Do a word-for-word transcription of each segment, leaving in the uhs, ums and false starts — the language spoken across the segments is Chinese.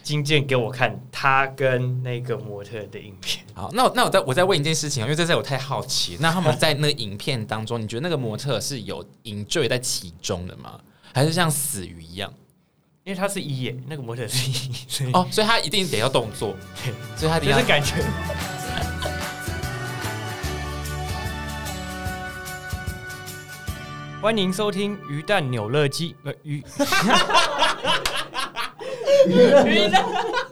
金健给我看他跟那个模特的影片。 好，那我那我再我再问一件事情，因为这在我太好奇，那他们在那个影片当中，你觉得那个模特是有 enjoy 在其中的吗？还是像死鱼一样？ 因为他是一耶，那个模特是一，所以哦，所以他一定得要动作，所以他一定要就是感觉。欢迎收听鱼蛋扭乐鸡，呃鱼，鱼蛋，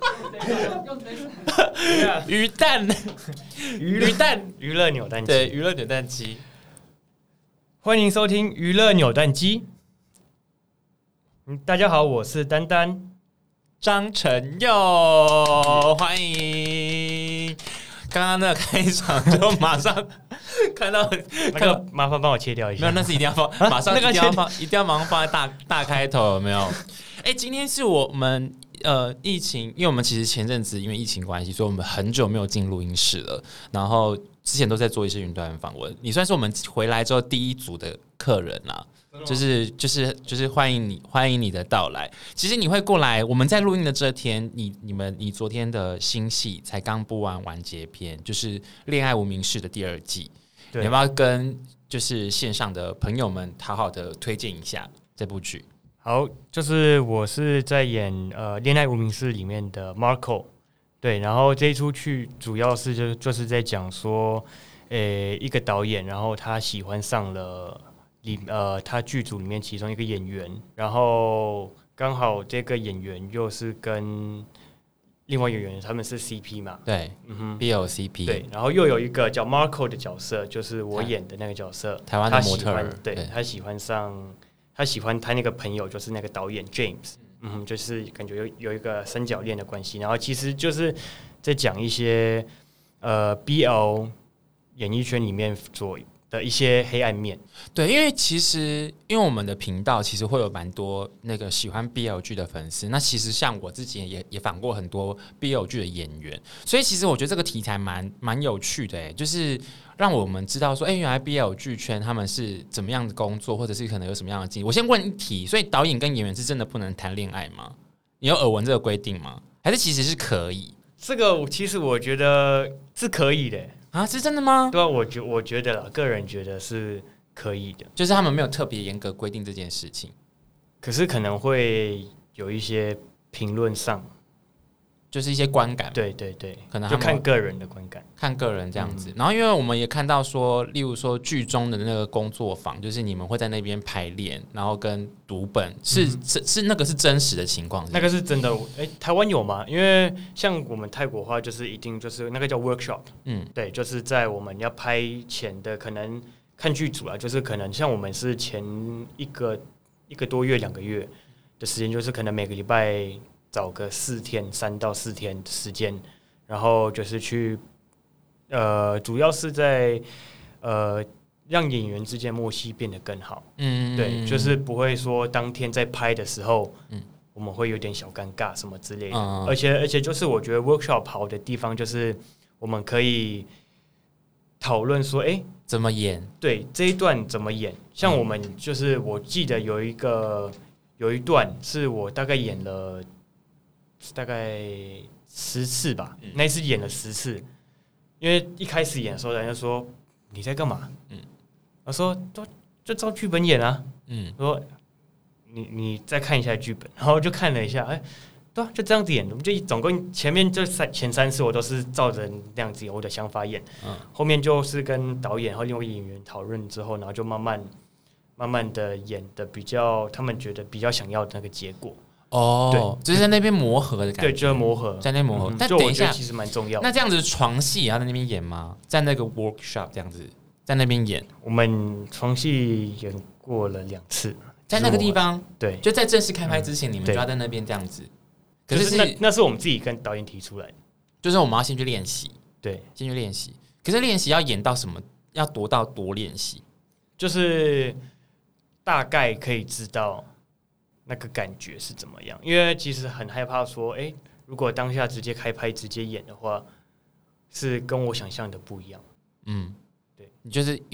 鱼蛋，鱼蛋娱乐扭蛋机， 对，娱乐扭蛋机。 欢迎收听娱乐扭蛋机。嗯，大家好，我是丹丹， 张承佑，欢迎。刚刚那个开场就马上看到， 那个麻烦帮我切掉一下。 没有，那是一定要放，啊、马上一定要放，一定要马上放在大大开头，有没有？哎、欸，今天是我们呃疫情，因为我们其实前阵子因为疫情关系，所以我们很久没有进录音室了。然后之前都在做一些云端访问，你算是我们回来之后第一组的客人啦。就是就是就是欢迎你欢迎你的到来。其实你会过来，我们在录音的这天，你你们你昨天的新戏才刚播完完结篇，就是《恋爱无名氏》的第二季，你要不要跟就是线上的朋友们好好的推荐一下这部剧？ 好，就是我是在演呃《恋爱无名氏》里面的 Marco， 对，然后这一出剧主要是就就是在讲说，呃一个导演，然后他喜欢上了。里呃，他剧组里面其中一个演员，然后刚好这个演员又是跟另外一个演员他们是 C P 嘛， 对，嗯哼 ，B L C P， 对，然后又有一个叫 Marco 的角色，就是我演的那个角色， 台湾的模特儿， 对，他喜欢上，他喜欢他那个朋友，就是那个导演 James， 嗯，就是感觉有有一个三角恋的关系，然后其实就是在讲一些呃 B L 演艺圈里面所的一些黑暗面。 对，因为其实因为我们的频道其实会有蛮多那个喜欢 B L 剧的粉丝，那其实像我自己也也访过很多 B L 剧的演员，所以其实我觉得这个题材蛮蛮有趣的，哎，就是让我们知道说，哎，原来 B L 剧圈他们是怎么样的工作，或者是可能有什么样的经历。我先问一题，所以导演跟演员是真的不能谈恋爱吗？你有耳闻这个规定吗？还是其实是可以？ 这个其实我觉得是可以的。 啊，是真的吗？ 对啊，我觉我觉得啦，个人觉得是可以的， 就是他们没有特别严格规定这件事情， 可是可能会有一些评论上， 就是一些观感， 对对对， 可能就看个人的观感， 看个人这样子。嗯、然后，因为我们也看到说，例如说剧中的那个工作坊，就是你们会在那边排练，然后跟读本，是、嗯、是是那个是真实的情况， 那个是真的。哎、欸，台湾有吗？因为像我们泰国话，就是一定就是那个叫 workshop， 嗯，对，就是在我们要拍前的，可能看剧组啊，就是可能像我们是前一个一个多月、两个月的时间，就是可能每个礼拜。找个四天，三到四天的时间，然后就是去，呃，主要是在呃让演员之间默契变得更好。嗯，对，就是不会说当天在拍的时候，嗯，我们会有点小尴尬什么之类的。嗯、而且而且就是我觉得 workshop 好的地方就是我们可以讨论说，哎、欸， 怎么演？对， 这一段怎么演？像我们就是我记得有一个有一段是我大概演了。大概十次吧，嗯、那一次演了十次，因为一开始演的时候，人家说你在干嘛？嗯，我说都就照剧本演啊。嗯，说你你再看一下剧本，然后就看了一下，哎、欸，对啊，就这样子演。我们就总共前面就三前三次我都是照着那样子演我的想法演，嗯，后面就是跟导演和另外演员讨论之后，然后就慢慢慢慢的演的比较他们觉得比较想要的那个结果。 哦，就是在那边磨合的感觉， 对，就是磨合， 在那边磨合。 嗯、 但等一下， 其实蛮重要的。 那这样子床戏也要在那边演吗？在那个 workshop 这样子，在那边演？ 我们床戏演过了两次， 在那个地方， 对， 就在正式开拍之前，嗯、你们就要在那边这样子。 可是, 是那那是我们自己跟导演提出来的， 就是我们要先去练习， 对， 先去练习。可是练习要演到什么？要多到多练习？ 就是大概可以知道。那个感觉是怎么样？因为其实很害怕说，哎、欸，如果当下直接开拍、直接演的话，是跟我想象的不一样。 嗯，对，你就是因为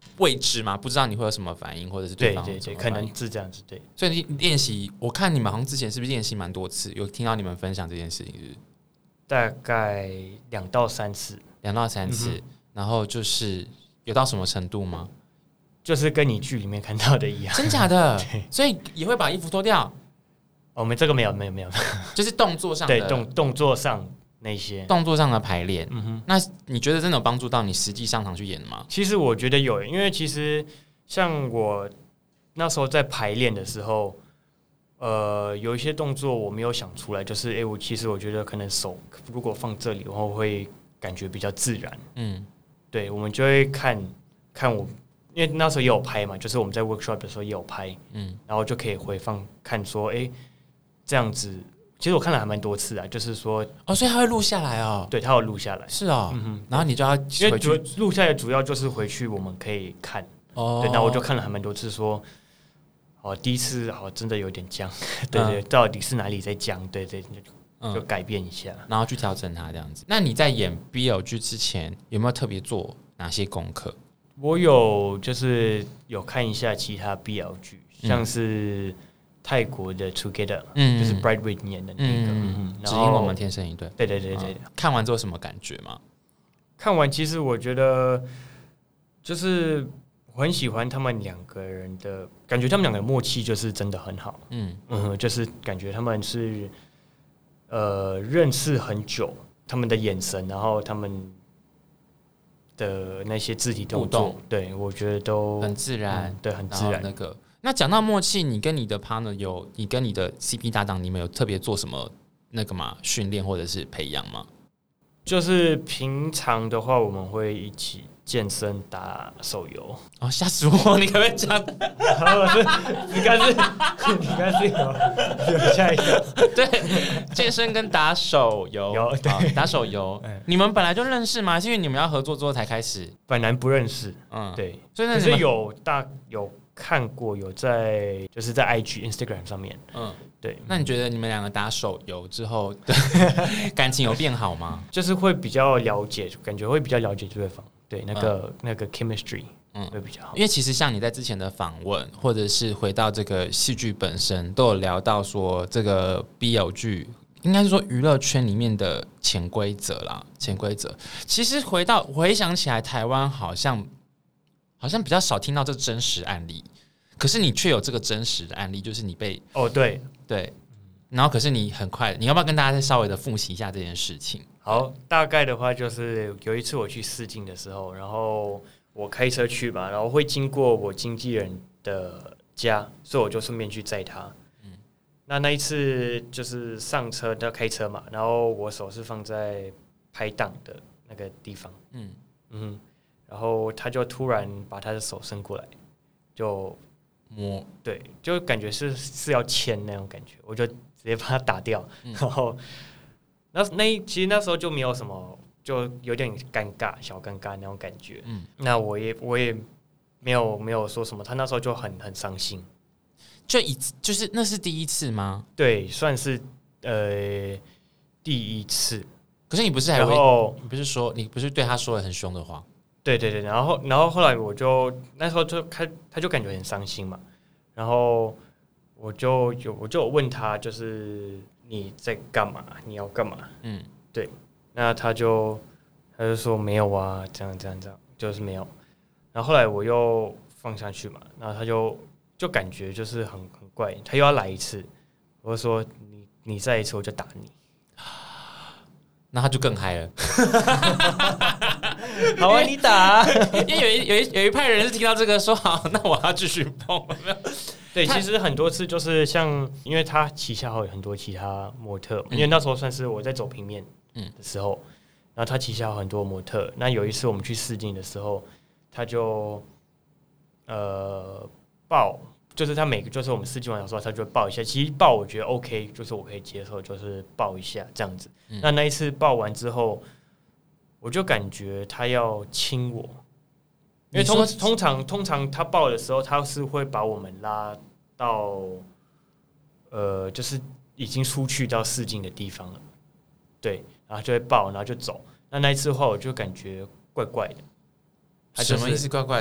未知嘛，不知道你会有什么反应，或者是对方对对对，可能是这样子。对， 所以你练习，我看你们好像之前是不是练习蛮多次？有听到你们分享这件事情是不是？ 大概两到三次， 两到三次，嗯、然后就是有到什么程度吗？ 就是跟你剧里面看到的一样， 真假的？所以也会把衣服脱掉？ 我们这个没有没有没有， 就是动作上的对动动作上那些动作上的排练。嗯哼，那你觉得真的有帮助到你实际上场去演吗？ 其实我觉得有，因为其实像我那时候在排练的时候，呃，有一些动作我没有想出来，就是哎、欸，我其实我觉得可能手如果放这里，然后会感觉比较自然。嗯，对，我们就会看看我。因为那时候也有拍嘛，就是我们在 workshop 的时候也有拍，嗯，然后就可以回放看说，哎、欸，这样子，其实我看了还蛮多次啊，就是说， 哦，所以他会录下来哦， 对，他有录下来， 是哦，嗯哼，然后你就要因为主录下来主要就是回去我们可以看，哦，对，那我就看了还蛮多次说，哦，第一次好真的有点僵，对 对, 對、嗯，到底是哪里在僵，对对，就就改变一下、嗯， 然后去调整它这样子。那你在演 B L 剧之前有没有特别做哪些功课？ 我有就是有看一下其他 B L 剧，嗯、像是泰国的 Together，、嗯、就是 Brad Pitt 演的那个， 嗯，只因我们天生一对。 对对对对、嗯。 看完之后什么感觉吗？ 看完其实我觉得就是我很喜欢他们两个人的感觉，他们两个的默契就是真的很好。嗯嗯，就是感觉他们是呃认识很久，他们的眼神，然后他们的那些肢体动作，对我觉得都很自然， 嗯、对，很自然。 那个，那讲到默契，你跟你的 partner 有，你跟你的 C P 搭档，你们有特别做什么那个嘛训练或者是培养吗？ 就是平常的话，我们会一起健身、打手游。 哦，吓死我！你可不可以讲？ 你刚是，你刚是有有吓一跳。 对，健身跟打手游， 有对、 哦、打手游、嗯。你们本来就认识吗？是因为你们要合作之后才开始？ 本来不认识，嗯，对。所以可是有大有看过，有在就是在 I G、Instagram 上面，嗯。对， 那你觉得你们两个打手游之后感情有变好吗？ 就是会比较了解，感觉会比较了解对方，对那个、嗯、那个 chemistry， 嗯，会比较好。 因为其实像你在之前的访问，或者是回到这个戏剧本身，都有聊到说这个 B L 剧，应该是说娱乐圈里面的潜规则啦，潜规则。其实回到回想起来，台湾好像好像比较少听到这真实案例。可是你却有这个真实的案例，就是你被哦对对，然后可是你很快，你要不要跟大家再稍微的复习一下这件事情？ 好，大概的话就是有一次我去试镜的时候，然后我开车去嘛，然后会经过我经纪人的家，所以我就顺便去载他。嗯，那那一次就是上车要开车嘛，然后我手是放在拍档的那个地方，嗯嗯，然后他就突然把他的手伸过来，就。摸对，就感觉是是要牵那种感觉，我就直接把它打掉，嗯、然后那那其实那时候就没有什么，就有点尴尬，小尴尬那种感觉。嗯，那我也我也没有没有说什么，他那时候就很很伤心。 就一就是那是第一次吗？ 对，算是呃第一次。 可是你不是还会，你不是说你不是对他说了很凶的话？ 对对对，然后然后后来我就那时候就他他就感觉很伤心嘛，然后我就有我就有问他，就是你在干嘛？你要干嘛？嗯，对，那他就他就说没有啊，这样这样这样，就是没有。然后后来我又放下去嘛，然后他就就感觉就是很很怪，他又要来一次，我就说你你再一次我就打你。 那他就更嗨了， 好啊，你打、啊， 因为有一有一有一派人是听到这个说好，那我要继续碰。 对，其实很多次就是像，因为他旗下有很多其他模特，嗯、因为那时候算是我在走平面的时候，嗯、然后他旗下有很多模特。那有一次我们去试镜的时候，他就呃抱。就是他每个，就是我们试镜完的时候，他就会抱一下。其实抱我觉得 OK， 就是我可以接受，就是抱一下这样子。嗯、那那一次抱完之后，我就感觉他要亲我，因为通通常通常他抱的时候，他是会把我们拉到呃，就是已经出去到试镜的地方了，对，然后就会抱，然后就走。那那一次的话，我就感觉怪怪的。 他就是、什么意思？怪怪的，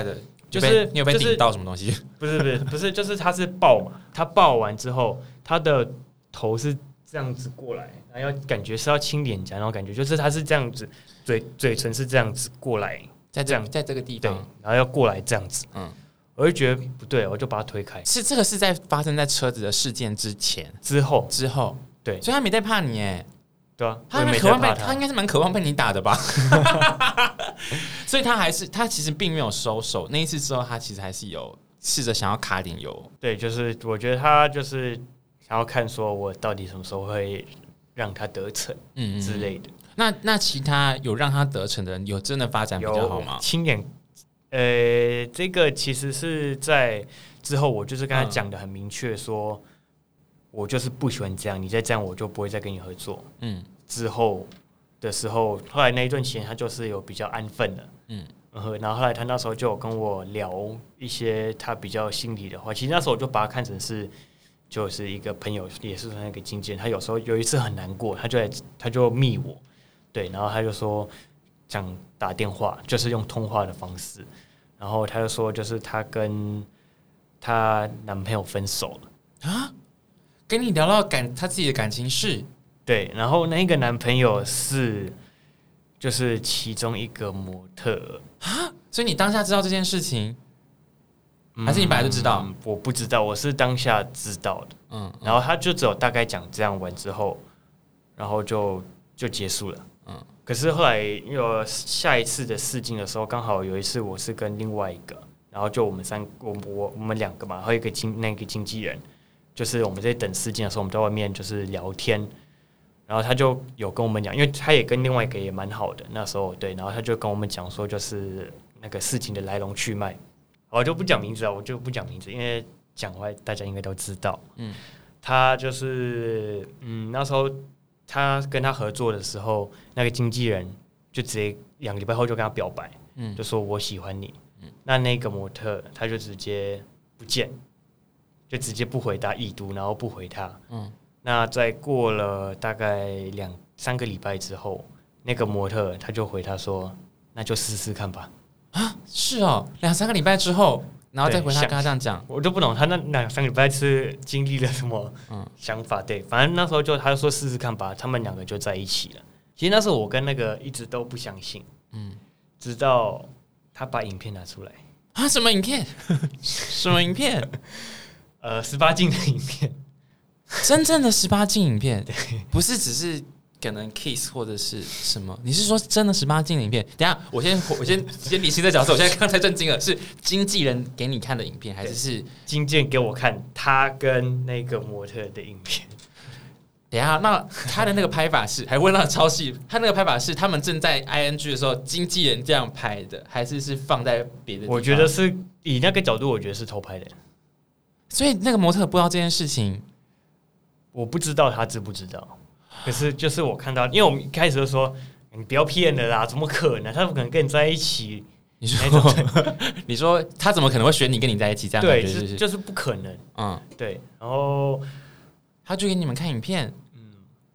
就是你有被顶到什么东西？ 就是、不是不是不是，就是他是抱嘛，他抱完之后，他的头是这样子过来，然后要感觉是要亲脸颊，然后感觉就是他是这样子，嘴嘴唇是这样子过来， 在这样在这个地方， 然后要过来这样子，嗯，我就觉得不对，我就把他推开。 是这个是在发生在车子的事件之前、 之后、 之后， 对， 所以他没在怕你哎。 对啊， 他渴望被他应该是蛮渴望被你打的吧，所以他还是他其实并没有收手。那一次之后，他其实还是有试着想要卡点油。 对，就是我觉得他就是想要看说我到底什么时候会让他得逞，嗯之类的。 那那其他有让他得逞的人，有真的发展比较好吗？ 亲眼，呃，这个其实是在之后，我就是跟他讲的很明确说。嗯我就是不喜欢这样，你再这样我就不会再跟你合作。嗯，之后的时候，后来那一段期间他就是有比较安分了。嗯，然后后来他那时候就有跟我聊一些他比较心里的话。其实那时候我就把他看成是就是一个朋友，也是那个经纪人。他有时候有一次很难过，他就来他就密我，对，然后他就说想打电话，就是用通话的方式。然后他就说，就是他跟他男朋友分手了啊。跟你聊到感他自己的感情事， 对，然后那个男朋友是就是其中一个模特啊，所以你当下知道这件事情，还是你本来就知道？ 嗯、我不知道，我是当下知道的。嗯，然后他就只有大概讲这样完之后，然后就就结束了。嗯，可是后来因为下一次的试镜的时候，刚好有一次我是跟另外一个，然后就我们三我我我们两个嘛，还有一个经那个经纪人。就是我们在等试镜的时候，我们在外面就是聊天，然后他就有跟我们讲，因为他也跟另外一个也蛮好的那时候，对，然后他就跟我们讲说，就是那个事情的来龙去脉，我就不讲名字啊，我就不讲名字，因为讲出来大家应该都知道。嗯，他就是嗯那时候他跟他合作的时候，那个经纪人就直接两个礼拜后就跟他表白，嗯，就说我喜欢你，嗯，那那个模特他就直接不见。就直接不回答已读，然后不回他。嗯，那在过了大概两三个礼拜之后，那个模特他就回他说：“那就试试看吧。” 啊，是哦，两三个礼拜之后，然后再回他跟他这样讲， 我就不懂他那两三个礼拜是经历了什么想法。对，反正那时候就他就说试试看吧，他们两个就在一起了。其实那时候我跟那个一直都不相信，嗯，直到他把影片拿出来啊，什么影片？什么影片？ 呃，十八禁的影片， 真正的十八禁影片，不是只是可能 kiss 或者是什么？你是说真的十八禁的影片？等一下，我先我先先理清这角色，我现在刚才震惊了，是经纪人给你看的影片，还是是经纪人给我看他跟那个模特的影片？ 等一下，那他的那个拍法是，还问到超细，他那个拍法是他们正在 I N G 的时候，经纪人这样拍的，还是是放在别的地方？ 我觉得是以那个角度，我觉得是偷拍的。 所以那个模特不知道这件事情， 我不知道他知不知道。可是就是我看到，因为我们一开始就说你不要骗了啦，怎么可能？他不可能跟你在一起。 你说，你说他怎么可能会选你跟你在一起？这样对，就是就是不可能。嗯，对。然后他就给你们看影片。嗯。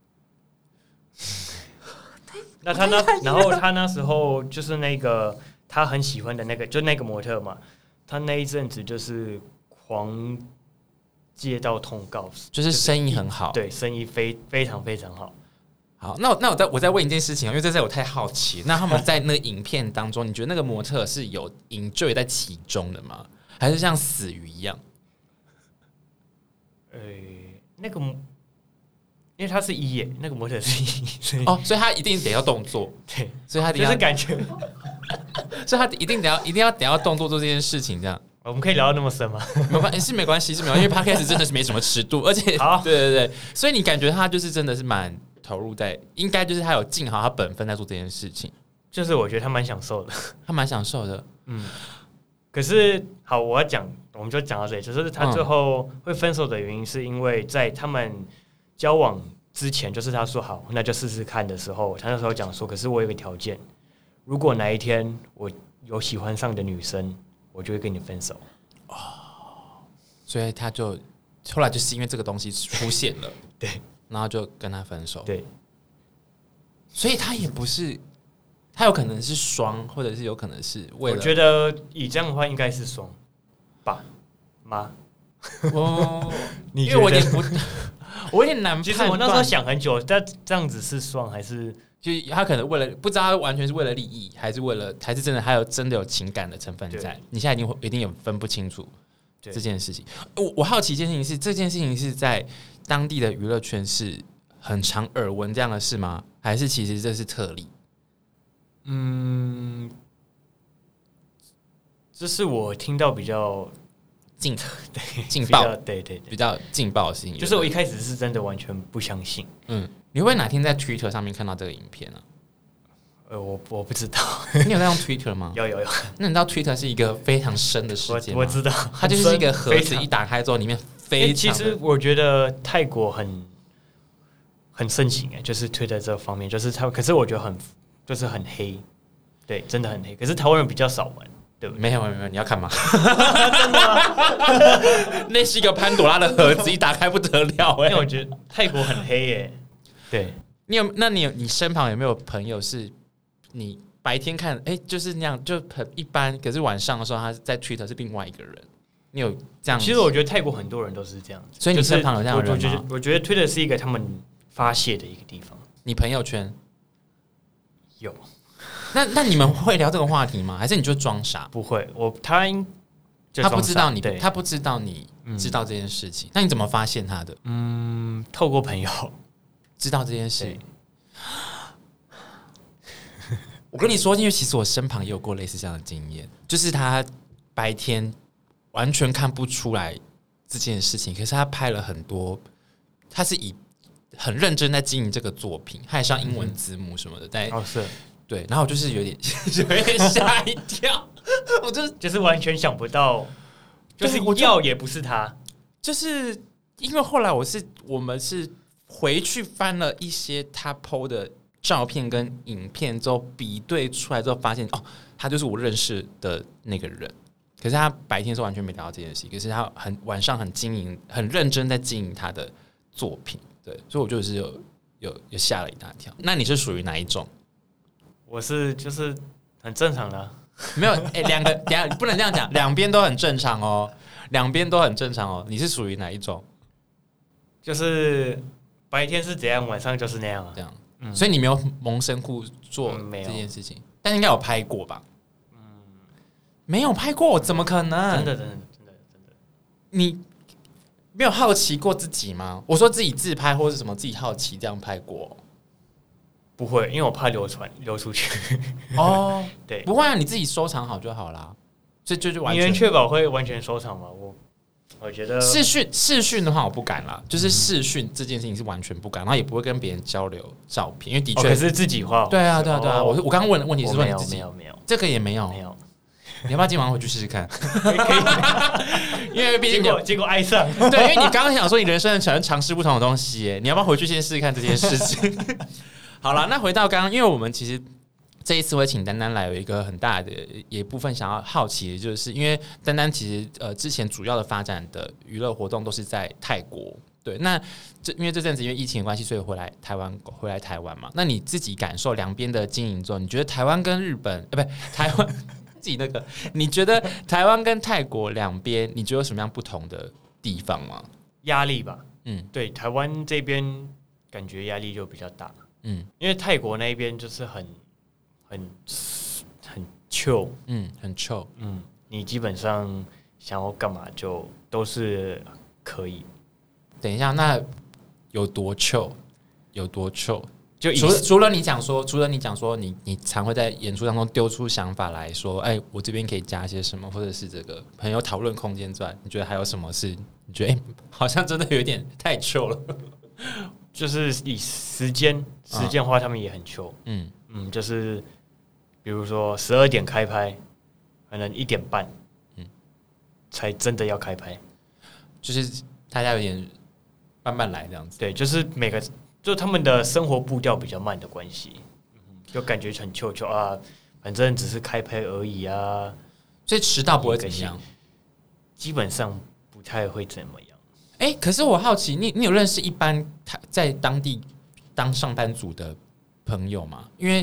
那他那，然后他那时候就是那个他很喜欢的那个，就那个模特嘛，他那一阵子就是。狂接到通告， 就是生意很好， 对，生意非非常非常好。 好，那我那我再我再问一件事情，因为这在我太好奇。那他们在那个影片当中，你觉得那个模特是有 enjoy 在其中的吗？还是像死鱼一样？ 呃，那个，因为他是一耶，那个模特是一， 所以哦，所以他一定得要动作， 对， 所以他就是感觉， 所以他一定得要一定要得要动作做这件事情，这样。 我们可以聊到那么深吗？ 没关系，是没关系，是没关系，因为 podcast 真的是没什么尺度，而且好，对对对，所以你感觉他就是真的是蛮投入在，应该就是他有尽好他本分在做这件事情， 就是我觉得他蛮享受的， 他蛮享受的，嗯。 可是好，我要讲，我们就讲到这里，就是他最后会分手的原因，是因为在他们交往之前，就是他说好，那就试试看的时候，他那时候讲说，可是我有个条件，如果哪一天我有喜欢上的女生。我就会跟你分手哦， 所以他就后来就是因为这个东西出现了， 对， 然后就跟他分手， 对， 所以他也不是他有可能是双，或者是有可能是为了。 我觉得以这样的话，应该是双吧吗？ 哦，因为我有点不，我有点难判断。 其实我那时候想很久，但这样子是双还是？ 就他可能为了不知道他完全是为了利益，还是为了，还是真的还有真的有情感的成分在。你现在一定会一定有分不清楚这件事情。我我好奇一件事情是，这件事情是在当地的娱乐圈是很常耳闻这样的事吗？还是其实这是特例？ 嗯，这是我听到比较劲对劲爆， 对对对， 比较劲爆的事情。 就是我一开始是真的完全不相信。 嗯，你会不会哪天在 Twitter 上面看到这个影片啊？ 呃，我我不知道， 你有在用 Twitter 吗？ 有有有。 那你知道 Twitter 是一个非常深的世界吗？ 我, 我知道， 它就是一个盒子，一打开之后里面非常。 其实我觉得泰国很很盛行哎，就是 Twitter 这方面，就是它，可是我觉得很就是很黑，对，真的很黑。可是台湾人比较少玩。对不对？ 没有没有没有，你要看吗？真的吗？那是一个潘朵拉的盒子，一打开不得了哎、欸！ 因为我觉得泰国很黑耶、欸。对， 你有？那你有？你身旁有没有朋友是你白天看，哎、欸，就是那样，就很一般，可是晚上的时候他在 Twitter 是另外一个人？你有这样？ 其实我觉得泰国很多人都是这样子， 所以你身旁有这样的人吗？ 就是、我, 我觉得，我觉得 Twitter 是一个他们发泄的一个地方。 你朋友圈有？ 那那你们会聊这个话题吗？还是你就装傻？ 不会，我他他不知道你，他不知道你知道这件事情。嗯、那你怎么发现他的？ 嗯，透过朋友知道这件事。我跟你说，因为其实我身旁也有过类似这样的经验，就是他白天完全看不出来这件事情，可是他拍了很多，他是以很认真在经营这个作品，他还上英文字幕什么的，在、 嗯、哦是。 对，然后我就是有点有点吓一跳，我就是就是完全想不到，就是要也不是他， 就是因为后来我是我们是回去翻了一些他 P O 的照片跟影片之后比对出来之后，发现哦，他就是我认识的那个人。可是他白天是完全没聊到这件事，可是他很晚上很经营、很认真在经营他的作品。对，所以我就是有有有吓了一大跳。那你是属于哪一种？ 我是就是很正常的、啊， 没有哎，两、欸、个等一下不能这样讲，两边都很正常哦，两边都很正常哦。你是属于哪一种？ 就是白天是怎样，晚上就是那样啊。 这样，嗯、所以你没有蒙神户做这件事情，嗯、但应该有拍过吧？嗯，没有拍过，怎么可能？ 真的，真的，真的，真的， 你没有好奇过自己吗？我说自己自拍或是什么，自己好奇这样拍过。 不会，因为我怕流传流出去。 哦， 对， 不会啊，你自己收藏好就好啦。所以就就完全， 你能确保会完全收藏吗？我我觉得视讯视讯的话，我不敢啦。就是视讯这件事情是完全不敢，然后也不会跟别人交流照片，因为的确、 哦、可是自己画。 对啊，对啊，对啊。哦、我我刚刚问的问题是说你自己没有没有， 这个也没有没有。 你要不要今晚回去试试看？ 可以， 因为毕竟结果结果爱上。 对，因为你刚刚想说你人生想尝试不同的东西耶，你要不要回去先试试看这件事情？好了，那回到刚刚，因为我们其实这一次会请丹丹来，有一个很大的一部分想要好奇的，就是因为丹丹其实呃之前主要的发展的娱乐活动都是在泰国，对，那这因为这阵子因为疫情的关系，所以回来台湾回来台湾嘛，那你自己感受两边的经营之后，你觉得台湾跟日本呃不台湾自己那个，你觉得台湾跟泰国两边，你觉得有什么样不同的地方吗？ 压力吧， 嗯， 对，台湾这边感觉压力就比较大。嗯，因为泰国那边就是很很很 chill， 嗯，很 chill， 嗯，你基本上想要干嘛就都是可以。 等一下，那有多 chill？ 有多 chill？ 就除了除了你讲说，除了你讲说你，你你常会在演出当中丢出想法来说，哎，我这边可以加些什么，或者是这个朋友讨论空间之外，你觉得还有什么是你觉得哎，好像真的有点太 chill 了？ 就是以时间时间花，他们也很求， 嗯嗯，就是比如说十二点开拍，可能一点半，嗯，才真的要开拍， 就是大家有点慢慢来这样子。 对，就是每个就他们的生活步调比较慢的关系，就感觉很求求啊，反正只是开拍而已啊， 所以迟到不会怎么样， 基本上不太会怎么样。 哎、欸，可是我好奇，你你有认识一般在当地当上班族的朋友吗？因为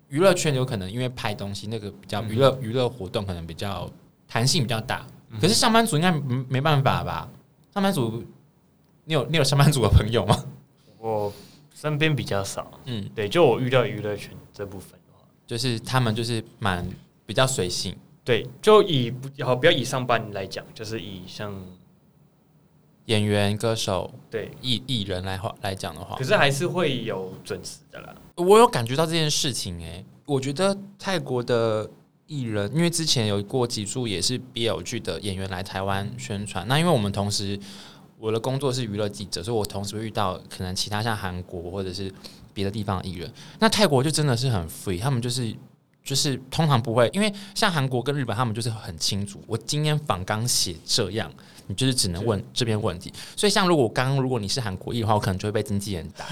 娱乐圈有可能因为拍东西那个比较娱乐娱乐活动可能比较弹性比较大，嗯、可是上班族应该没办法吧？上班族，你有你有上班族的朋友吗？ 我身边比较少，嗯，对，就我遇到娱乐圈这部分的话， 就是他们就是蛮比较随性， 对，就以好不要以上班来讲，就是以像演员、歌手、 对艺艺人来来讲的话， 可是还是会有准时的啦。 我有感觉到这件事情、欸，哎，我觉得泰国的艺人，因为之前有过几出也是 B L 剧的演员来台湾宣传，那因为我们同时。我的工作是娱乐记者，所以我同时会遇到可能其他像韩国或者是别的地方的艺人。那泰国就真的是很 free， 他们就是就是通常不会，因为像韩国跟日本，他们就是很清楚，我今天访纲写这样，你就是只能问这边问题。所以像如果刚刚如果你是韩国艺的话，我可能就会被经纪人打，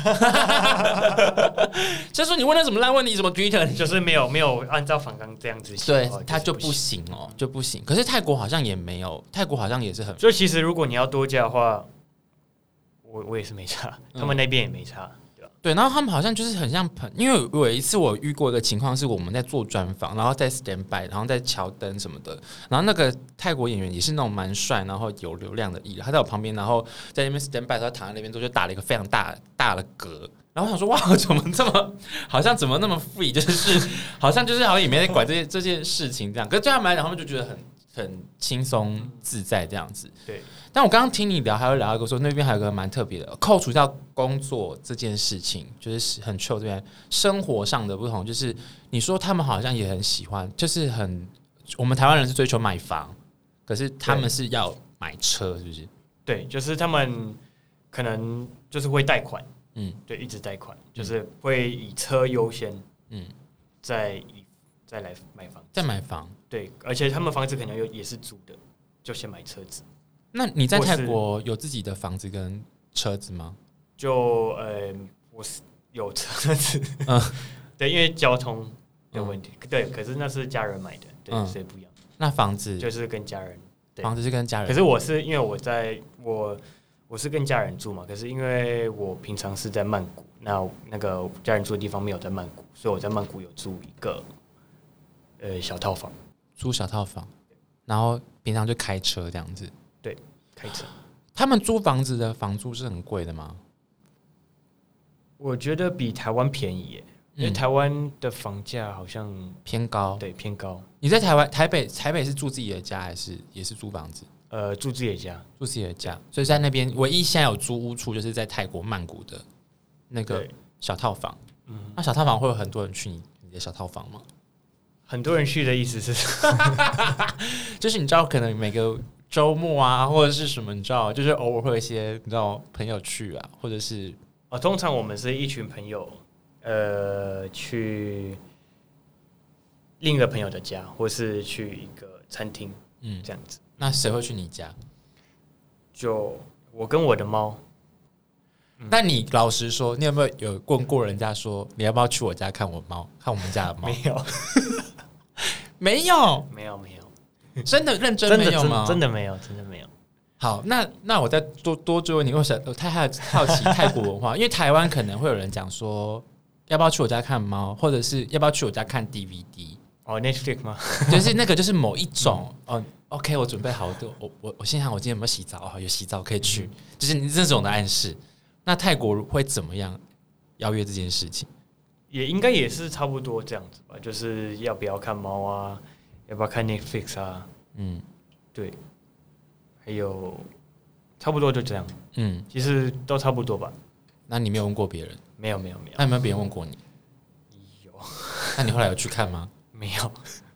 就说你问了什么烂问题，什么 Twitter， 就是没有没有按照访纲这样子写， 对，他就不行哦，就不行。可是泰国好像也没有，泰国好像也是很， 所以其实如果你要多加的话。我我也是没差，他们那边也没差，对吧？ 对，然后他们好像就是很像朋，因为有一次我遇过一个情况，是我们在做专访，然后在 stand by， 然后在瞧灯什么的，然后那个泰国演员也是那种蛮帅，然后有流量的艺人，他在我旁边，然后在那边 stand by， 他躺在那边之后就打了一个非常大大的嗝，然后我想说哇，怎么这么好像怎么那么 free， 就是好像就是好像也没在管这些这件事情这样，可是对他们来讲，他们就觉得很很轻松自在这样子， 对。 但我刚刚听你聊，还有聊一个说那边还有一个蛮特别的，扣除掉工作这件事情，就是很 chill 这边生活上的不同，就是你说他们好像也很喜欢，就是很我们台湾人是追求买房，可是他们是要买车，是不是？ 对，就是他们可能就是会贷款，嗯，对，一直贷款，就是会以车优先，嗯，再以再来买房， 再买房， 对，而且他们房子可能有也是租的，就先买车子。 那你在泰国有自己的房子跟车子吗？ 就呃，我是有车子，嗯，对，因为交通的问题，嗯、对，可是那是家人买的，对，嗯、所以不一样。 那房子就是跟家人， 房子是跟家人， 可是我是因为我在我我是跟家人住嘛，可是因为我平常是在曼谷，那那个家人住的地方没有在曼谷，所以我在曼谷有住一个呃小套房， 租小套房，然后平常就开车这样子。 对，开车。 他们租房子的房租是很贵的吗？ 我觉得比台湾便宜耶，因为台湾的房价好像偏高， 对，偏高。 你在台湾台北台北是住自己的家还是也是租房子？ 呃，住自己的家， 住自己的家。所以在那边唯一现在有租屋处，就是在泰国曼谷的那个小套房。嗯，那小套房会有很多人去你你的小套房吗？ 很多人去的意思是， 就是你知道，可能每个周末啊，或者是什么，你知道，就是偶尔会有一些你知道朋友去啊，或者是哦，通常我们是一群朋友，呃，去另一个朋友的家，或是去一个餐厅，嗯，这样子。 那谁会去你家？ 就我跟我的猫。 那你老实说，你有没有有问过人家说，你要不要去我家看我猫，看我们家的猫？ 没有， 没有， 没有，没有。 真的认真没有吗？ 真的没有，真的没有。 好，那那我再多多追问你，我想我太好奇泰国文化，因为台湾可能会有人讲说，要不要去我家看猫，或者是要不要去我家看 D V D？ 哦 ，Netflix 吗？ 就是那个，就是某一种、嗯、哦。OK， 我准备好，我我我心想我今天有没有洗澡？哦，有洗澡可以去，嗯、就是你这种的暗示。那泰国会怎么样邀约这件事情？ 也应该也是差不多这样子吧，就是要不要看猫啊？要不要看 Netflix 啊？嗯，对，还有差不多就这样。嗯，其实都差不多吧。 那你没有问过别人？ 没有，没有，没有。 那有没有别人问过你？ 有。 那你后来有去看吗？ 没有。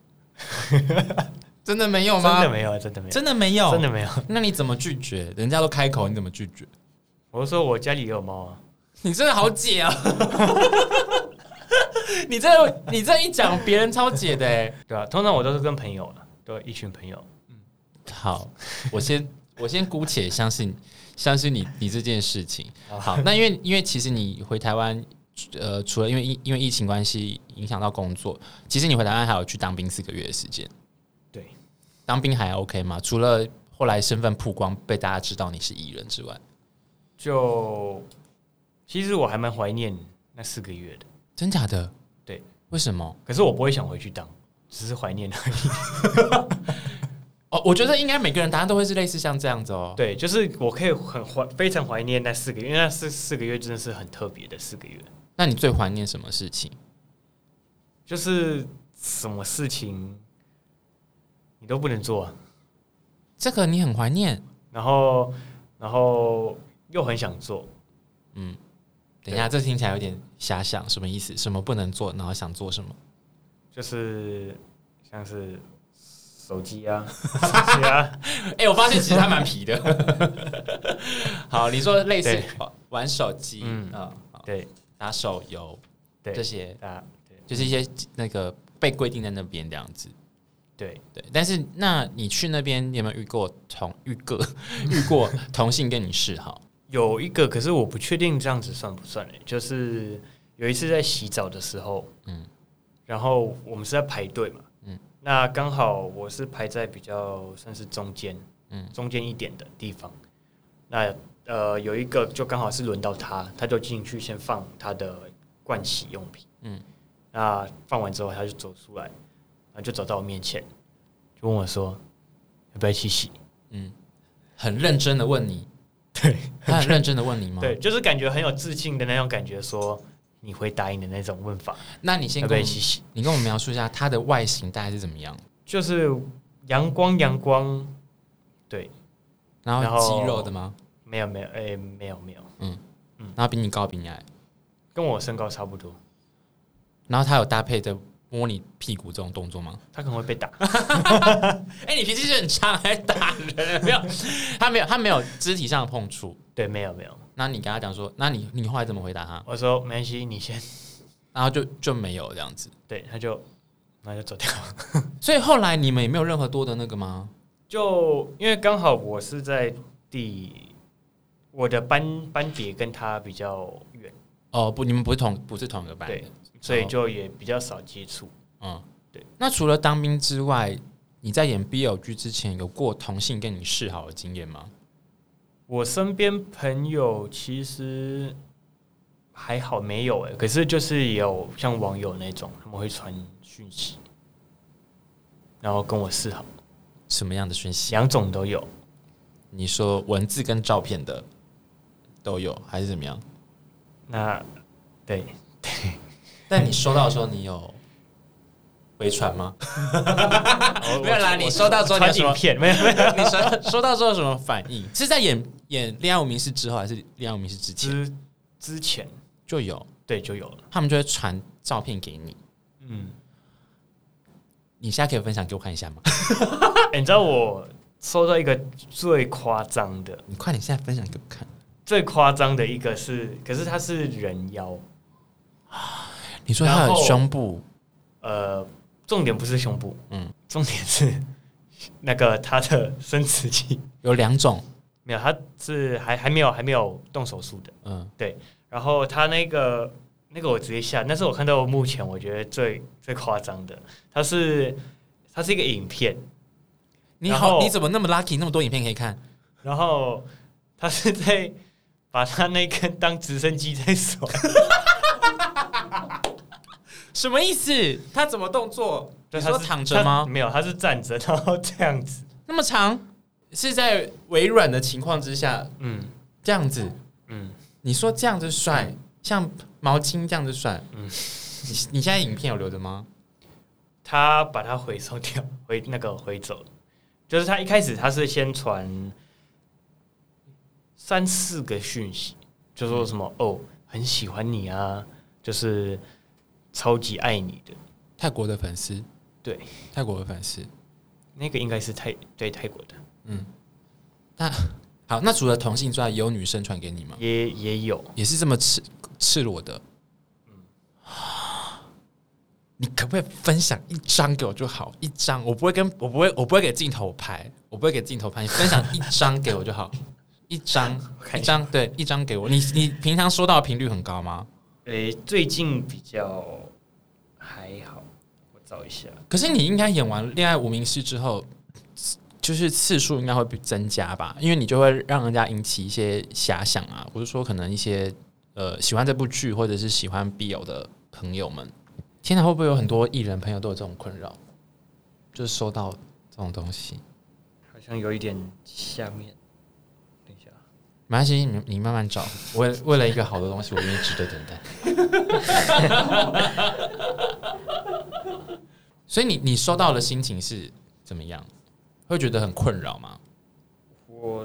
真的没有吗？ 真的没有，真的没有， 真的没有， 真的没有。 那你怎么拒绝？人家都开口，你怎么拒绝？ 我说我家里也有猫啊。 你真的好解啊！你这你这一讲，别人超解的哎， 对吧、啊？通常我都是跟朋友了，对，一群朋友。 嗯，好，我先我先姑且相信相信你你这件事情。好，那因为因为其实你回台湾，呃，除了因为因为疫情关系影响到工作，其实你回台湾还有去当兵四个月的时间。 对， 当兵还 OK 吗？除了后来身份曝光被大家知道你是艺人之外， 就其实我还蛮怀念那四个月的。 真假的？ 对， 为什么？ 可是我不会想回去当，只是怀念而已。 哦，我觉得应该每个人答案都会是类似像这样子哦。 对，就是我可以很怀非常怀念那四个月，因为那四四个月真的是很特别的四个月。 那你最怀念什么事情？ 就是什么事情你都不能做啊。 这个你很怀念， 然后然后又很想做。 嗯，等一下，这听起来有点遐想，什么意思？什么不能做，然后想做什么？ 就是像是手机啊，手机啊。 哎、欸，我发现其实他蛮皮的。好，你说类似玩手机，嗯啊、嗯， 对， 打手游，对这些， 啊，对， 就是一些那个被规定在那边这样子。 对对，但是那你去那边，你有没有遇过同遇过遇过同性跟你示好？ 有一个，可是我不确定这样子算不算嘞、欸。就是有一次在洗澡的时候，嗯，然后我们是在排队嘛，嗯，那刚好我是排在比较算是中间，嗯，中间一点的地方。那呃有一个就刚好是轮到他，他就进去先放他的盥洗用品，嗯，那放完之后他就走出来，然后就走到我面前，就问我说要不要一起洗？ 嗯，很认真的问你。 对， 他很认真的问你吗？ 对，就是感觉很有自信的那种感觉，说你会答应的那种问法。 那你先跟我们，你跟我描述一下他的外形大概是怎么样？ 就是阳光阳光，对， 然后肌肉的吗？ 没有没有，哎、欸，没有没有，嗯嗯，然后比你高比你矮， 跟我身高差不多。 然后他有搭配着摸你屁股这种动作吗？ 他可能会被打。 哎、欸，你脾气是很差，还打人？没有，他没有，他没有肢体上的碰触。 对，没有没有。 那你跟他讲说，那你你后来怎么回答他？ 我说没关系，你先。 然后就就没有这样子。 对，他就那就走掉。 所以后来你们也没有任何多的那个吗？ 就因为刚好我是在第我的班班别跟他比较远。 哦，不，你们不是同不是同一个班的。 对。所以就也比较少接触， 嗯，对。那除了当兵之外，你在演 B L 剧之前有过同性跟你示好的经验吗？ 我身边朋友其实还好没有哎、欸，可是就是有像网友那种，他们会传讯息，然后跟我示好。 什么样的讯息？ 两种都有。 你说文字跟照片的都有，还是怎么样？ 那对对。 但你收到的时候，你有回传吗？没有啦，你收到之后你有什么？ 没有没有， 你收收到之后有什么反应？是在演演《恋爱无名氏》之后，还是《恋爱无名氏》之前？ 之之前就有， 对，就有了。 他们就会传照片给你。嗯，你现在可以分享给我看一下吗？ 欸、你知道我收到一个最夸张的， 你快点现在分享给我看。 最夸张的一个是，可是它是人妖。 你说他有胸部？ 呃，重点不是胸部，嗯，重点是那个他的生殖器有两种， 没有，他是还还没有还没有动手术的，嗯，对。然后他那个那个我直接下，那是我看到目前我觉得最最夸张的，它是它是一个影片。 你好，你怎么那么 lucky， 那么多影片可以看？ 然后他是在把他那根当直升机在甩。 什么意思？他怎么动作？你说躺着吗？ 没有，他是站着，然后这样子。 那么长，是在微软的情况之下，嗯，这样子，嗯，你说这样子甩，嗯、像毛巾这样子甩，嗯，你你现在影片有留着吗？ 他把它回收掉，回那个回走，就是他一开始他是先传三四个讯息，就说什么、嗯、哦，很喜欢你啊，就是超级爱你的泰国的粉丝， 对， 泰国的粉丝， 那个应该是泰对泰国的，嗯， 那好，那除了同性之外，有女生传给你吗？ 也也有， 也是这么赤赤裸的，嗯，你可不可以分享一张给我就好？一张，我不会跟我不会我不会给镜头拍，我不会给镜头拍，你分享一张给我就好，一张一张，对，一张给我。你你平常收到的频率很高吗？ 诶、欸，最近比较还好，我找一下。 可是你应该演完《恋爱无名氏》之后，就是次数应该会增加吧？因为你就会让人家引起一些遐想啊，或者说可能一些呃喜欢这部剧或者是喜欢 B L 的朋友们天哪，会不会有很多艺人朋友都有这种困扰，就是收到这种东西？ 好像有一点下面，等一下， 没关系，你你慢慢找。为为了一个好的东西，我愿意值得等待。所以你你收到的心情是怎么样？会觉得很困扰吗？ 我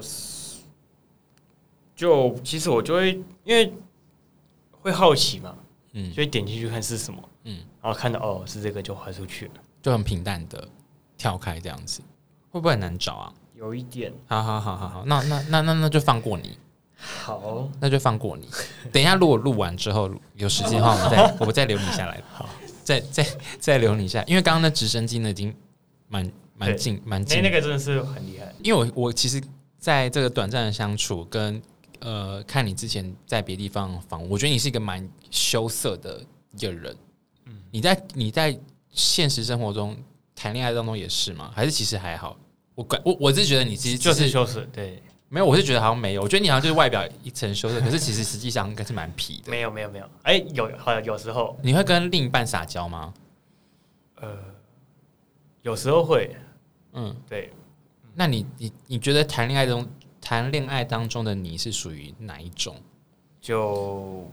就其实我就会因为会好奇嘛，嗯，就会点进去看是什么，嗯，然后看到哦是这个就滑出去了， 就很平淡的跳开这样子，会不会很难找啊？ 有一点。 好好好好好，那那那那那就放过你。 好， 那就放过你。等一下，如果录完之后有时间的话，我们再我们再留你下来。好，再再再留你下来，因为刚刚那直升机呢已经蛮蛮近蛮近， 那那个真的是很厉害。 因为我我其实在这个短暂的相处跟呃看你之前在别地方访问，我觉得你是一个蛮羞涩的一个人。嗯，你在你在现实生活中谈恋爱当中也是吗？还是其实还好？我我我是觉得你其实就是羞涩，对。 没有，我是觉得好像没有。我觉得你好像就是外表一层羞涩，可是其实实际上应该是蛮皮的。 没有，没有，没有。哎、欸，有，好有时候你会跟另一半撒娇吗？ 呃，有时候会。嗯，对。 那你你你觉得谈恋爱中谈恋爱当中的你是属于哪一种？ 就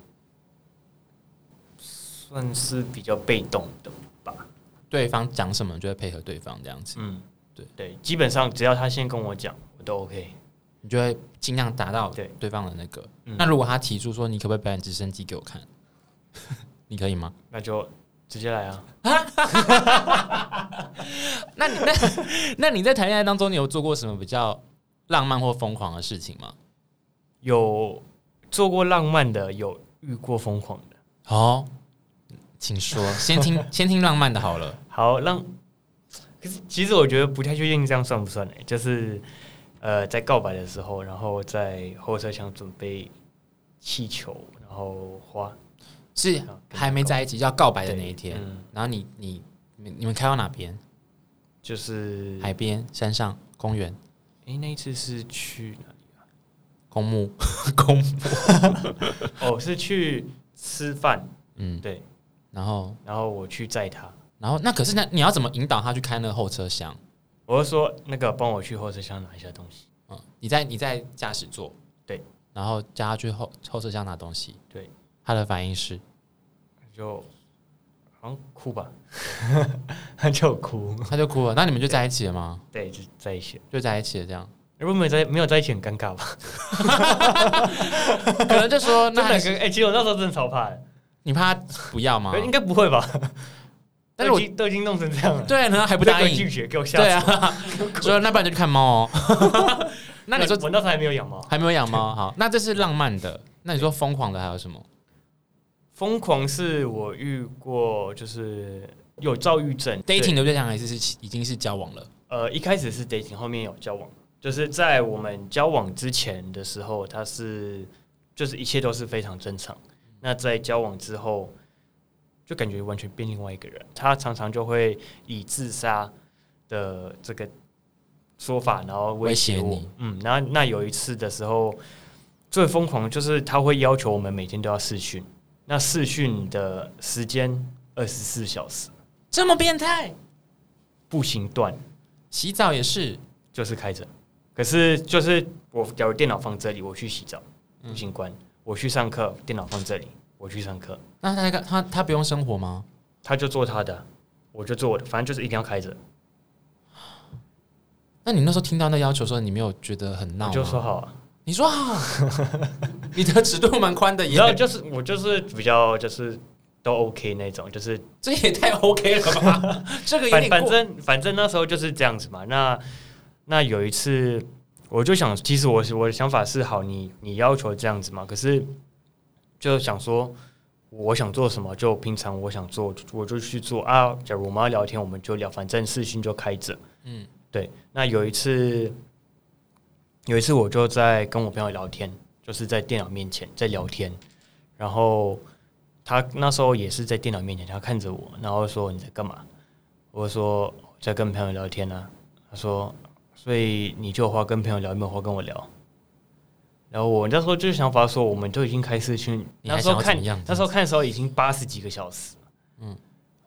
算是比较被动的吧。 对方讲什么就会配合对方这样子。嗯，对对，基本上只要他先跟我讲，我都 OK。 你就会尽量达到对方的那个。嗯、那如果他提出说你可不可以表演直升机给我看，你可以吗？ 那就直接来啊！ 那你那那你在谈恋爱当中，你有做过什么比较浪漫或疯狂的事情吗？ 有做过浪漫的，有遇过疯狂的。 哦，请说，先听先听浪漫的好了。 好，浪。可是其实我觉得不太确定这样算不算呢、欸？就是。呃，在告白的时候，然后在后车厢准备气球，然后花， 是还没在一起，要告白的那一天。嗯、然后你你你们开到哪边？ 就是海边、山上、公园。 哎、欸，那一次是去哪里啊？ 公墓，公墓。 哦，是去吃饭。嗯，对。 然后， 然后我去载他。 然后那可是那你要怎么引导他去开那个后车厢？ 我就说那个帮我去后车厢拿一下东西。 嗯，你在你在驾驶座， 对， 然后叫他去后后车厢拿东西， 对， 他的反应是就好像哭吧，他就哭， 他就哭了。那你们就在一起了吗？ 对，就在一起了， 就在一起了。这样， 如果没有在没有在一起很尴尬吧？ 可能就说那哎、欸，其实我那时候真的超怕的。 你怕他不要吗？ 应该不会吧？但是我都已经弄成这样了， 对，然后还不答应， 拒绝，给我下。 对啊，说那不然就去看猫哦。那你说我那时候还没有养猫， 还没有养猫，好，那这是浪漫的。那你说疯狂的还有什么？ 疯狂是我遇过，就是有躁郁症 ，dating 的对象还是是已经是交往了？ 呃，一开始是 dating， 后面有交往，就是在我们交往之前的时候，他是就是一切都是非常正常。那在交往之后。就感觉完全变另外一个人，他常常就会以自杀的这个说法，然后威胁我。嗯，然后那有一次的时候，最疯狂就是他会要求我们每天都要视讯，那视讯的时间二十四小时， 这么变态， 不行断， 洗澡也是， 就是开着。可是就是我假如电脑放这里，我去洗澡，不行关；我去上课，电脑放这里。我去上课， 那他他他不用生活吗？ 他就做他的，我就做我的，反正就是一定要开着。 那你那时候听到那要求的时候，你没有觉得很闹吗？ 我就说好啊， 你说好，你的尺度蛮宽的， 然后就是我就是比较就是都 OK 那种，就是这也太 OK 了吧？这个有点反正反正那时候就是这样子嘛。那那有一次，我就想，其实我我的想法是好，你你要求这样子嘛，可是。就想说，我想做什么，就平常我想做，我就去做啊。假如我们要聊天，我们就聊，反正视讯就开着。嗯，对。那有一次，有一次我就在跟我朋友聊天，就是在电脑面前在聊天，然后他那时候也是在电脑面前，他看着我，然后说你在干嘛？我说我在跟朋友聊天啊。他说，所以你就有话跟朋友聊，有没有话跟我聊？然后我那时候就想法说，我们都已经开视讯，那时候看那时候看的时候已经八十几个小时，嗯，我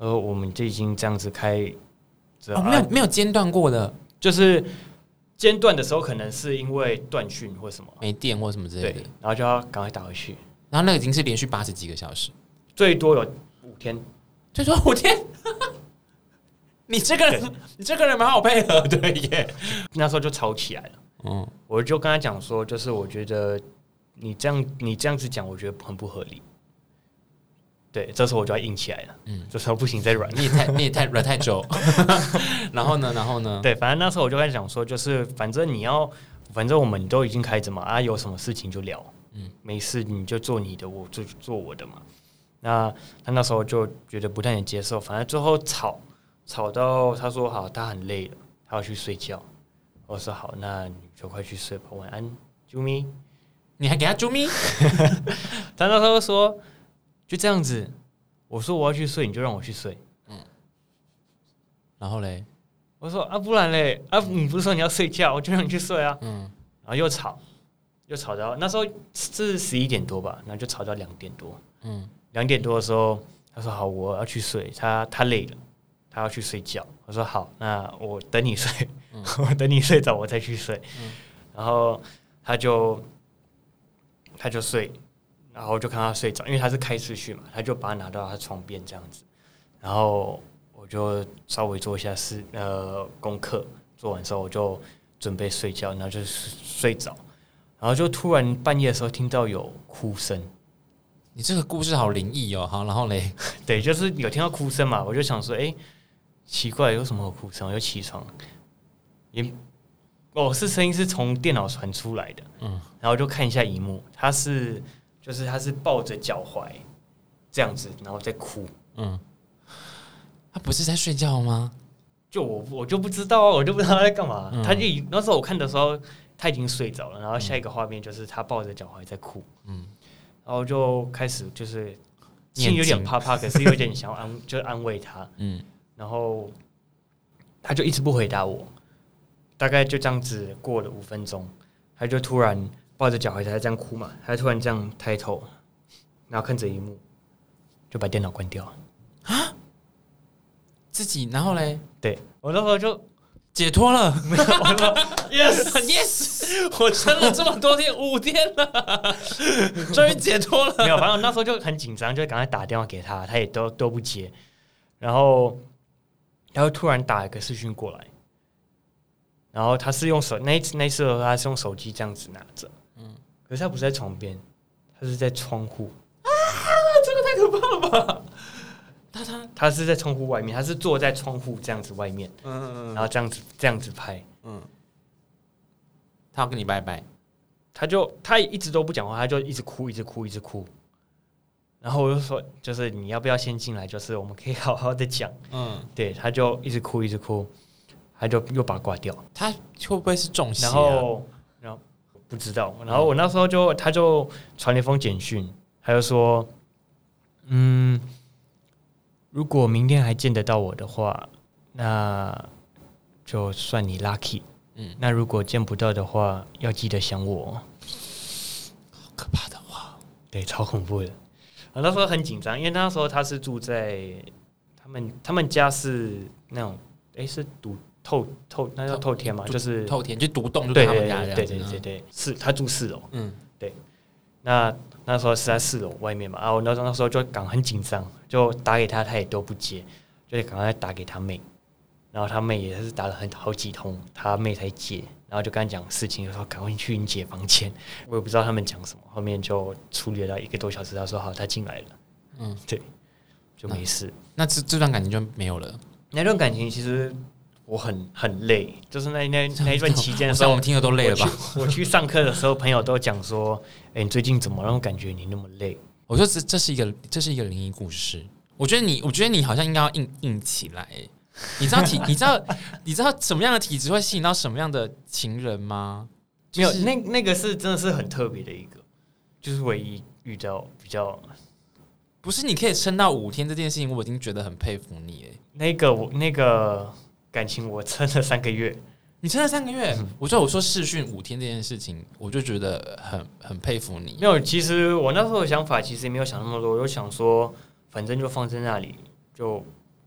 呃，我们就已经这样子开， 哦，没有没有间断过的， 就是间断的时候可能是因为断讯或什么没电或什么之类的， 然后就要赶快打回去。 然后那个已经是连续八十几个小时， 最多有五天， 最多五天。你这个人，你这个人蛮好配合的耶。 那时候就吵起来了。嗯，我就跟他讲说，就是我觉得你这样你这样子讲，我觉得很不合理。对，这时候我就要硬起来了。嗯，这时候不行再软， 你也太你也太软太久。然后呢，然后呢？ 对，反正那时候我就跟他讲说，就是反正你要，反正我们都已经开着嘛，啊，有什么事情就聊。嗯，没事你就做你的，我就做我的嘛。那他那时候就觉得不太能接受，反正最后吵。吵到他说好，他很累了，他要去睡觉。我说好，那你就快去睡吧，晚安，啾咪。 你还给他啾咪？ 他那时候说就这样子。我说我要去睡，你就让我去睡。嗯。 然后嘞， 我说啊，不然嘞啊，你不是说你要睡觉，我就让你去睡啊。嗯。然后又吵，又吵到那时候是十一点多吧，然后就吵到两点多。嗯。两点多的时候，他说好，我要去睡，他他累了。他要去睡觉，我说好，那我等你睡，嗯、我等你睡着我再去睡。嗯、然后他就他就睡，然后就看他睡着，因为他是开视讯嘛，他就把他拿到他床边这样子。然后我就稍微做一下事呃功课，做完之后我就准备睡觉，然后就睡着，然后就突然半夜的时候听到有哭声。 你这个故事好灵异哦，好，然后嘞， 对，就是有听到哭声嘛，我就想说，哎、欸。奇怪，有什么哭声？我就起床，也哦，是声音是从电脑传出来的，嗯，然后就看一下荧幕，他是就是他是抱着脚踝这样子，然后在哭，嗯， 他不是在睡觉吗？ 就我我就不知道啊，我就不知道他在干嘛。嗯、他就那时候我看的时候他已经睡着了，然后下一个画面就是他抱着脚踝在哭，嗯，然后就开始就是心有点怕怕，可是有点想要安就安慰他，嗯。然后他就一直不回答我，大概就这样子过了五分钟，他就突然抱着脚踝，他这样哭嘛，他突然这样抬头，然后看着荧幕，就把电脑关掉了啊！ 自己，然后嘞， 对我那时候就解脱了， 没有，我说 yes yes， 我撑了这么多天，五天了，终于解脱了。 没有，反正那时候就很紧张，就赶快打电话给他，他也都都不接，然后。他会突然打一个视讯过来，然后他是用手那那次的时候他是用手机这样子拿着，嗯，可是他不是在床边，他是在窗户啊，这个太可怕了吧！ 他他他是在窗户外面，他是坐在窗户这样子外面，嗯嗯嗯，然后这样子这样子拍，嗯， 他要跟你拜拜， 他就他一直都不讲话，他就一直哭，一直哭，一直哭。然后我就说，就是你要不要先进来？就是我们可以好好的讲。嗯，对，他就一直哭，一直哭，他就又把它挂掉。 他会不会是中邪、啊？ 然后，然后不知道。然后我那时候就，他就传了一封简讯，他就说，嗯，如果明天还见得到我的话，那就算你 lucky。嗯，那如果见不到的话，要记得想我。 好可怕的话， 对，超恐怖的。我那时候很紧张，因为那时候他是住在他们他们家是那种哎、欸、是独透透那叫透天嘛，就是透天就独栋就在他们家这样子。 对对对对对，是他住四楼。嗯，对。那那时候是在四楼外面嘛，啊，我那时候那时候就赶很紧张，就打给他，他也都不接，就赶快打给他妹，然后他妹也是打了很好几通，他妹才接。然后就跟他讲事情，就说赶快去你姐房间。我也不知道他们讲什么，后面就处理了一个多小时。他说好，他进来了。嗯，对，就没事。 那这这段感情就没有了。 那段感情其实我很很累，就是那那那一段期间的时候， 我们听的都累了吧？ 我去, 我去上课的时候，朋友都讲说：“哎、欸，你最近怎么让我感觉你那么累？” 我说这这是一个这是一个灵异故事。我觉得你，我觉得你好像应该要硬硬起来。你知道体，你知道，你知道什么样的体质会吸引到什么样的情人吗？ 没有，那那个是真的是很特别的一个，就是唯一遇到比较， 不是你可以撑到五天这件事情，我已经觉得很佩服你哎。 那个我那个感情我撑了三个月， 你撑了三个月，嗯、我说我说视讯五天这件事情，我就觉得很很佩服你。 没有，其实我那时候的想法其实没有想那么多，我就想说，反正就放在那里就。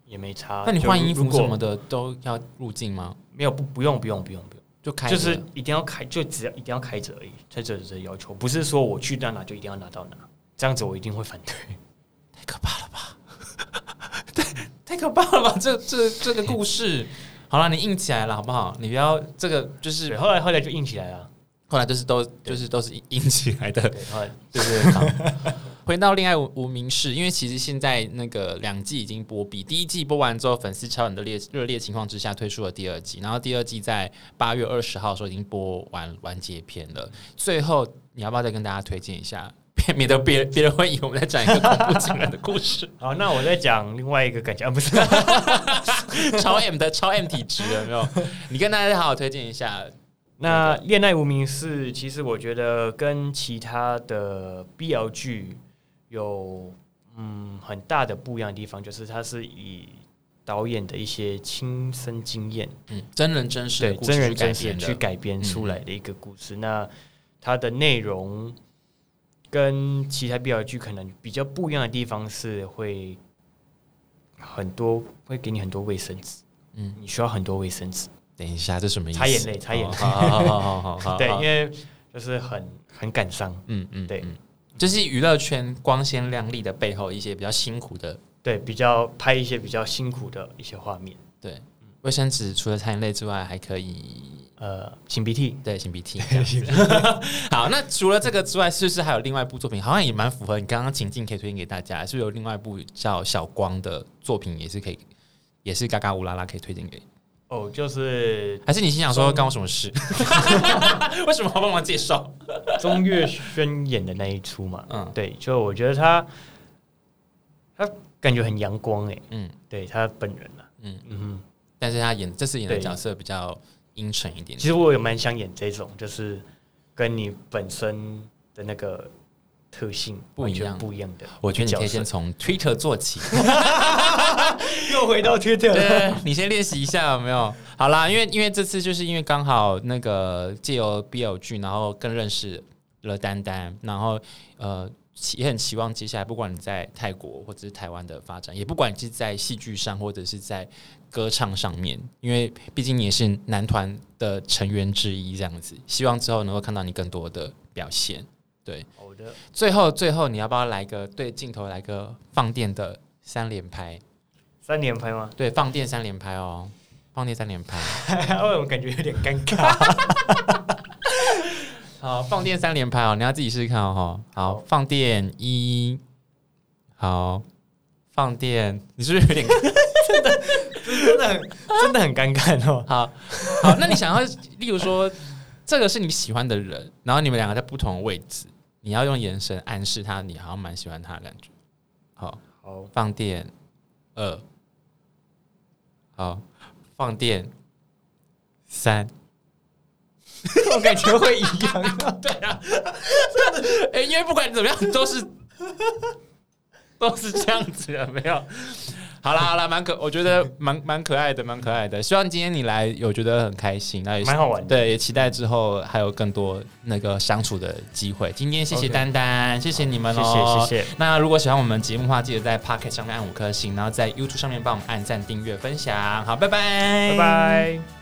也没差。 那你换衣服什么的都要入境吗？ 没有，不不用不用不用不用， 就开着， 就是一定要开，就只要一定要开着而已，才这这要求，不是说我去到哪就一定要拿到哪，这样子我一定会反对。 太可怕了吧！太太可怕了吧！这这这个故事，好了，你硬起来了好不好？你不要这个就是， 后来后来就硬起来了。 后来就是都就是都是硬起来的， 对，后来对对对。好，回到《恋爱无名氏》，因为其实现在那个两季已经播毕，第一季播完之后，粉丝超很热烈热烈情况之下推出了第二季，然后第二季在八月二十号的时候已经播完完结篇了。最后你要不要再跟大家推荐一下，免得别别人会以为我们在讲一个恐怖情人的故事？ 好，那我再讲另外一个感觉，啊、不是超 M 的超 M 体质有没有？你跟大家好好推荐一下。 那《恋爱无名氏》其实我觉得跟其他的 B L 剧有嗯很大的不一样的地方，就是它是以导演的一些亲身经验， 嗯，真人真事的故事真人真事去改编出来的一个故事。嗯、那它的内容跟其他 B L 剧可能比较不一样的地方是会很多会给你很多卫生纸，嗯，你需要很多卫生纸。 等一下，这什么意思？ 擦眼泪，擦眼泪。 好好好好好好。 对，因为就是很很感伤。 嗯嗯， 对， 就是娱乐圈光鲜亮丽的背后一些比较辛苦的， 对，比较拍一些比较辛苦的一些画面。 对，卫生纸除了擦眼泪之外，还可以呃擤鼻涕。 对，擤鼻涕。好，那除了这个之外，是不是还有另外一部作品？好像也蛮符合你刚刚情境，可以推荐给大家。是不是有另外一部叫《小光》的作品，也是可以，也是嘎嘎乌拉拉可以推荐给？ 哦，就是还是你心想说干我什么事？为什么要帮忙介绍？ 钟岳轩演的那一出嘛，嗯，对，就我觉得他他感觉很阳光哎、欸，嗯，对他本人啊，嗯嗯， 但是他演这次演的角色比较阴沉一点。 其实我也蛮想演这种，就是跟你本身的那个特性不一样， 不一样的。 我觉得你可以先从 Twitter 做起。 又回到 Twitter 了， 对，你先练习一下有没有？好啦，因为因为这次就是因为刚好那个借由 B L 剧，然后更认识了丹丹，然后呃也很期望接下来不管你在泰国或者是台湾的发展，也不管你是在戏剧上或者是在歌唱上面，因为毕竟你也是男团的成员之一，这样子，希望之后能够看到你更多的表现。对， 好的。 最后最后你要不要来个对镜头来个放电的三连拍？ 三连拍吗？ 对，放电三连拍哦，放电三连拍。 我感觉有点尴尬。 好，放电三连拍哦，你要自己试试看哦。好，放电一，好，放电，你是不是有点真的真的很真的很尴尬哦？ 好，好，那你想要，例如说，这个是你喜欢的人，然后你们两个在不同的位置，你要用眼神暗示他，你好像蛮喜欢他的感觉。好， 好， 放电二。好，放电三， 我感觉会一样。 对啊，欸、因为不管怎么样，都是都是这样子的，没有。好啦好啦，蛮可，我觉得蛮蛮可爱的，蛮可爱的。希望今天你来，有觉得很开心，那也蛮好玩的。 对，也期待之后还有更多那个相处的机会。今天谢谢丹丹， okay. 谢谢你们哦， 谢谢谢谢。 那如果喜欢我们节目的话，记得在 Podcast 上面按五颗星，然后在 YouTube 上面帮我们按赞、订阅、分享。好，拜拜， 拜拜。